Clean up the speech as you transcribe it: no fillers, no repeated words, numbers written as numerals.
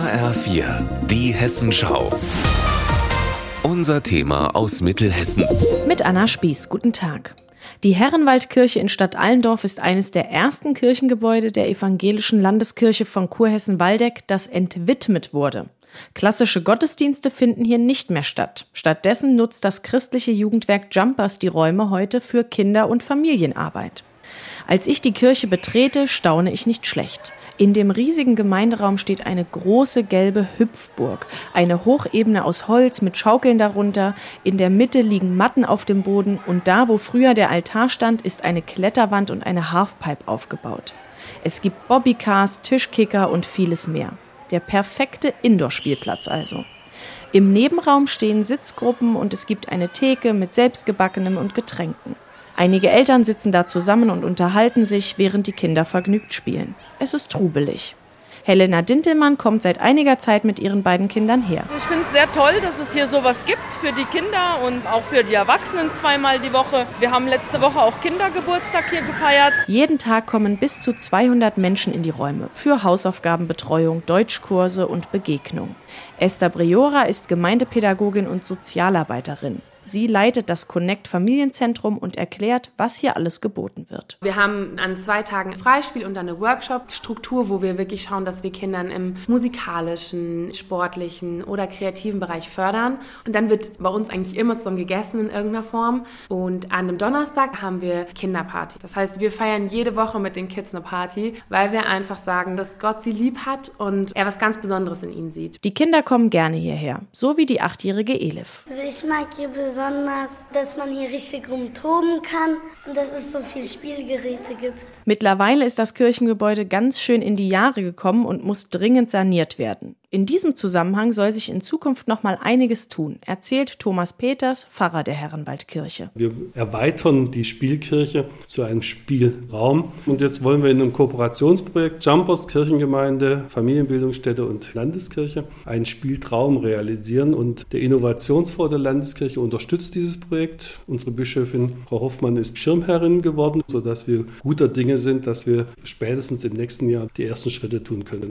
HR4, die Hessenschau. Unser Thema aus Mittelhessen. Mit Anna Spieß, guten Tag. Die Herrenwaldkirche in Stadt Allendorf ist eines der ersten Kirchengebäude der evangelischen Landeskirche von Kurhessen-Waldeck, das entwidmet wurde. Klassische Gottesdienste finden hier nicht mehr statt. Stattdessen nutzt das christliche Jugendwerk Jumpers die Räume heute für Kinder- und Familienarbeit. Als ich die Kirche betrete, staune ich nicht schlecht. In dem riesigen Gemeinderaum steht eine große gelbe Hüpfburg, eine Hochebene aus Holz mit Schaukeln darunter, in der Mitte liegen Matten auf dem Boden und da, wo früher der Altar stand, ist eine Kletterwand und eine Halfpipe aufgebaut. Es gibt Bobbycars, Tischkicker und vieles mehr. Der perfekte Indoor-Spielplatz also. Im Nebenraum stehen Sitzgruppen und es gibt eine Theke mit selbstgebackenem und Getränken. Einige Eltern sitzen da zusammen und unterhalten sich, während die Kinder vergnügt spielen. Es ist trubelig. Helena Dintelmann kommt seit einiger Zeit mit ihren beiden Kindern her. Ich finde es sehr toll, dass es hier sowas gibt für die Kinder und auch für die Erwachsenen zweimal die Woche. Wir haben letzte Woche auch Kindergeburtstag hier gefeiert. Jeden Tag kommen bis zu 200 Menschen in die Räume für Hausaufgabenbetreuung, Deutschkurse und Begegnung. Esther Briora ist Gemeindepädagogin und Sozialarbeiterin. Sie leitet das Connect Familienzentrum und erklärt, was hier alles geboten wird. Wir haben an 2 Tagen Freispiel und dann eine Workshop-Struktur, wo wir wirklich schauen, dass wir Kindern im musikalischen, sportlichen oder kreativen Bereich fördern. Und dann wird bei uns eigentlich immer zusammen gegessen in irgendeiner Form. Und an einem Donnerstag haben wir Kinderparty. Das heißt, wir feiern jede Woche mit den Kids eine Party, weil wir einfach sagen, dass Gott sie lieb hat und er was ganz Besonderes in ihnen sieht. Die Kinder kommen gerne hierher, so wie die 8-jährige Elif. Also ich mag hier besonders, dass man hier richtig rumtoben kann und dass es so viele Spielgeräte gibt. Mittlerweile ist das Kirchengebäude ganz schön in die Jahre gekommen und muss dringend saniert werden. In diesem Zusammenhang soll sich in Zukunft noch mal einiges tun, erzählt Thomas Peters, Pfarrer der Herrenwaldkirche. Wir erweitern die Spielkirche zu einem Spielraum. Und jetzt wollen wir in einem Kooperationsprojekt Jumpers, Kirchengemeinde, Familienbildungsstätte und Landeskirche einen Spieltraum realisieren. Und der Innovationsfonds der Landeskirche unterstützt dieses Projekt. Unsere Bischöfin, Frau Hoffmann, ist Schirmherrin geworden, sodass wir guter Dinge sind, dass wir spätestens im nächsten Jahr die ersten Schritte tun können.